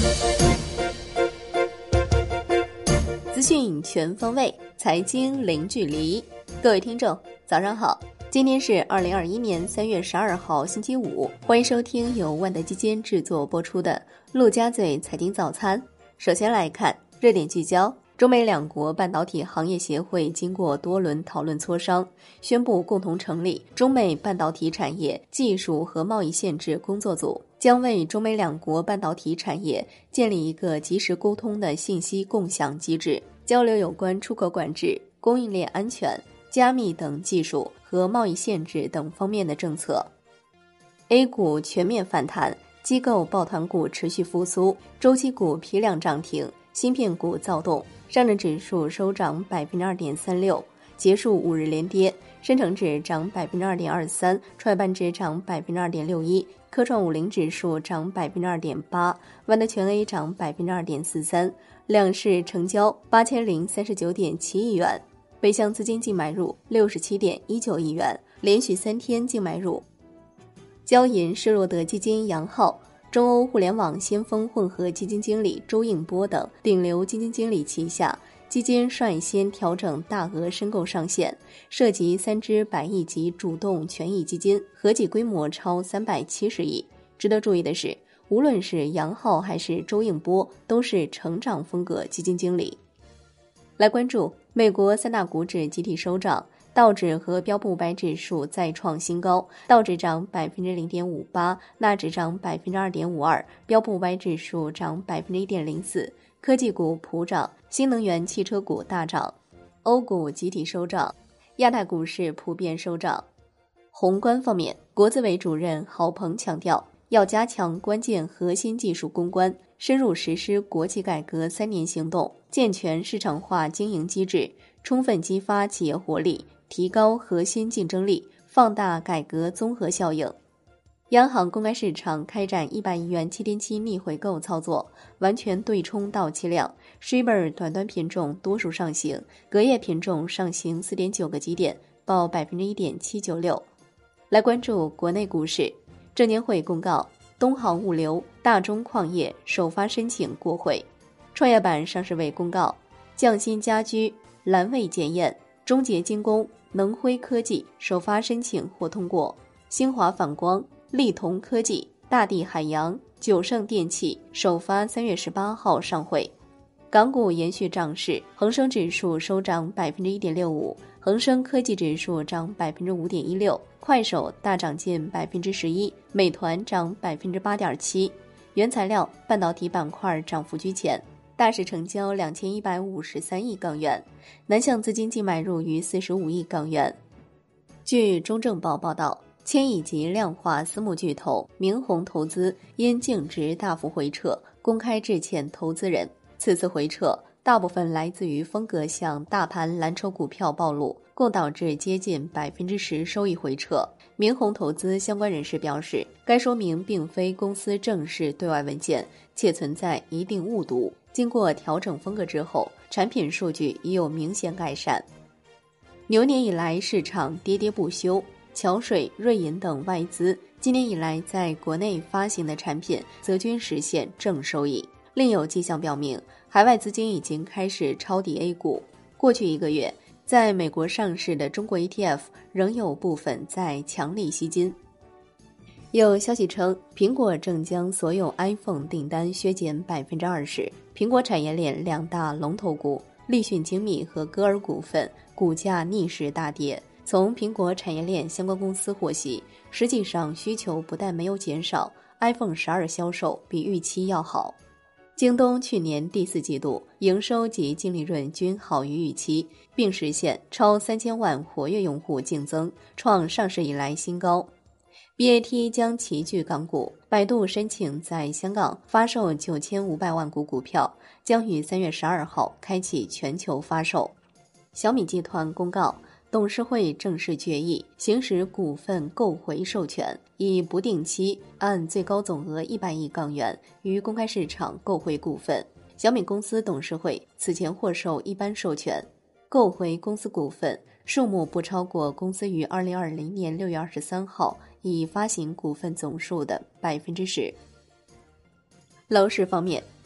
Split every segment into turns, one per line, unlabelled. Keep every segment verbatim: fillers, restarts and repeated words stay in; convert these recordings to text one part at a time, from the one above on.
资讯全方位，财经零距离。各位听众，早上好！今天是二零二一年三月十二号，星期五。欢迎收听由万德基金制作播出的陆家嘴财经早餐。首先来看热点聚焦。中美两国半导体行业协会经过多轮讨论磋商，宣布共同成立中美半导体产业技术和贸易限制工作组，将为中美两国半导体产业建立一个及时沟通的信息共享机制，交流有关出口管制、供应链安全、加密等技术和贸易限制等方面的政策。A 股全面反弹，机构抱团股持续复苏，周期股批量涨停，芯片股躁动。上证指数收涨百分之二点三六，结束五日连跌。深成指涨百分之二点二三，创业板指涨百分之二点六一，科创五零指数涨百分之二点八，万德全 A 涨百分之二点四三。两市成交八千零三十九点七亿元，北向资金净买入六十七点一九亿元，连续三天净买入。交银施罗德基金杨浩、中欧互联网先锋混合基金经理周应波等顶流基金经理旗下基金率先调整大额申购上限，涉及三支百亿级主动权益基金，合计规模超三百七十亿。值得注意的是，无论是杨浩还是周应波，都是成长风格基金经理。来关注美国三大股指集体收涨，道指和标普五百指数再创新高，道指涨百分之零点五八，纳指涨百分之二点五二，标普五百指数涨百分之一点零四。科技股普涨，新能源汽车股大涨，欧股集体收涨，亚太股市普遍收涨。宏观方面，国资委主任郝鹏强调，要加强关键核心技术攻关，深入实施国企改革三年行动，健全市场化经营机制，充分激发企业活力，提高核心竞争力，放大改革综合效应。央行公开市场开展一百亿元七天期逆回购操作，完全对冲到期量。Shibor 短端品种多数上行，隔夜品种上行 四点九个基点，报 百分之一点七九六。来关注国内股市，证监会公告，东航物流、大中矿业首发申请过会。创业板上市委公告，匠心家居、蓝卫检验、中捷精工、能辉科技首发申请或通过。新华反光、利同科技、大地海洋、九盛电器首发三月十八号上会。港股延续涨势，恒生指数收涨百分之一点六五，恒生科技指数涨百分之五点一六，快手大涨近百分之十一，美团涨百分之八点七。原材料、半导体板块涨幅居前，大市成交两千一百五十三亿港元，南向资金净买入逾四十五亿港元。据中证报报道，千亿级量化私募巨头明宏投资因净值大幅回撤，公开致歉投资人。此次回撤大部分来自于风格向大盘蓝筹股票暴露，共导致接近百分之十收益回撤。明宏投资相关人士表示，该说明并非公司正式对外文件，且存在一定误读。经过调整风格之后，产品数据已有明显改善。牛年以来市场跌跌不休，桥水、瑞银等外资今年以来在国内发行的产品则均实现正收益。另有迹象表明，海外资金已经开始抄底 A 股。过去一个月，在美国上市的中国 E T F 仍有部分在强力吸金。有消息称，苹果正将所有 iPhone 订单削减百分之二十。苹果产业链两大龙头股立讯精密和歌尔股份股价逆势大跌。从苹果产业链相关公司获悉，实际上需求不但没有减少 ，iPhone 十二销售比预期要好。京东去年第四季度营收及净利润均好于预期，并实现超三千万活跃用户净增，创上市以来新高。B A T 将齐聚港股，百度申请在香港发售九千五百万股股票，将于三月十二号开启全球发售。小米集团公告，董事会正式决议行使股份购回授权，以不定期按最高总额一百亿港元于公开市场购回股份。小米公司董事会此前获授一般授权，购回公司股份数目不超过公司于二零二零年六月二十三号已发行股份总数的百分之十。楼市方面，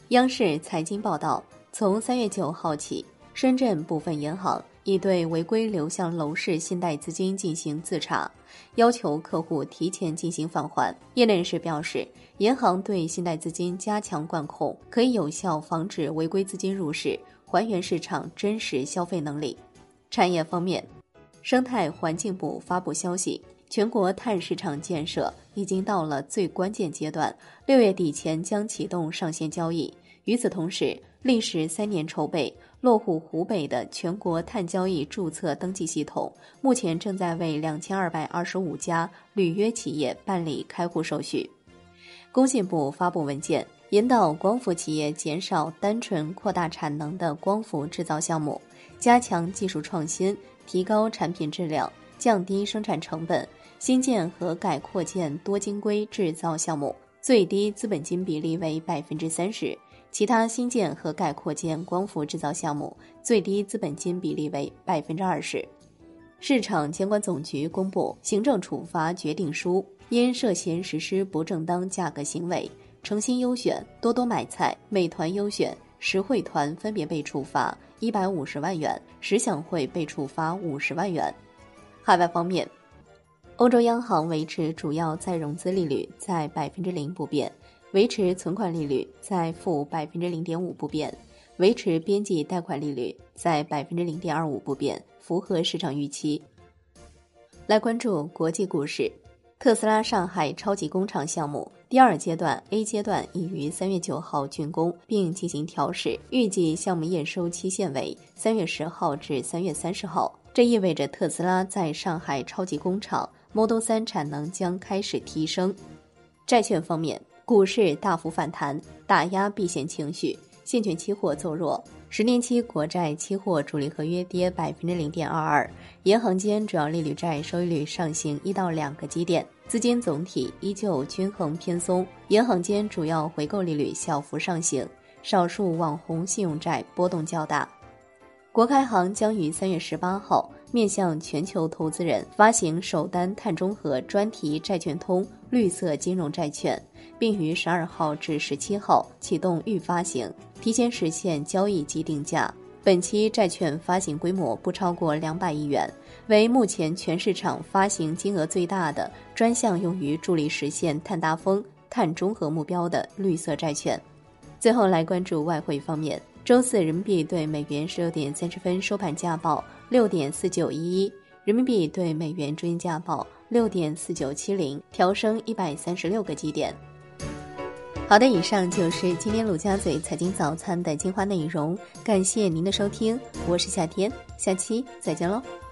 央视财经报道，从三月九号起，深圳部分银行已对违规流向楼市信贷资金进行自查，要求客户提前进行返还。业内人士表示，银行对信贷资金加强管控，可以有效防止违规资金入市，还原市场真实消费能力。产业方面，生态环境部发布消息，全国碳市场建设已经到了最关键阶段，六月底前将启动上线交易。与此同时，历时三年筹备、落户湖北的全国碳交易注册登记系统，目前正在为两千二百二十五家履约企业办理开户手续。工信部发布文件，引导光伏企业减少单纯扩大产能的光伏制造项目，加强技术创新，提高产品质量，降低生产成本。新建和改扩建多晶硅制造项目，最低资本金比例为百分之三十。其他新建和改扩建光伏制造项目，最低资本金比例为百分之二十。市场监管总局公布行政处罚决定书，因涉嫌实施不正当价格行为，诚心优选、多多买菜、美团优选、实惠团分别被处罚一百五十万元，十享会被处罚五十万元。海外方面，欧洲央行维持主要再融资利率在百分之零不变。维持存款利率在负百分之零点五不变，维持边际贷款利率在百分之零点二五不变，符合市场预期。来关注国际股市，特斯拉上海超级工厂项目第二阶段 A 阶段已于三月九号竣工，并进行调试，预计项目验收期限为三月十号至三月三十号。这意味着特斯拉在上海超级工厂 Model 三产能将开始提升。债券方面，股市大幅反弹，打压避险情绪，现券期货走弱，十年期国债期货主力合约跌百分之零点二二，银行间主要利率债收益率上行一到两个基点，资金总体依旧均衡偏松，银行间主要回购利率小幅上行，少数网红信用债波动较大。国开行将于三月十八号面向全球投资人发行首单碳中和专题债券通绿色金融债券，并于十二号至十七号启动预发行，提前实现交易及定价。本期债券发行规模不超过两百亿元，为目前全市场发行金额最大的专项用于助力实现碳达峰、碳中和目标的绿色债券。最后来关注外汇方面，周四人民币对美元十六点三十分收盘价报六点四九一一，人民币对美元中间价报六点四九七零，调升一百三十六个基点。好的，以上就是今天陆家嘴财经早餐的精华内容，感谢您的收听，我是夏天，下期再见喽。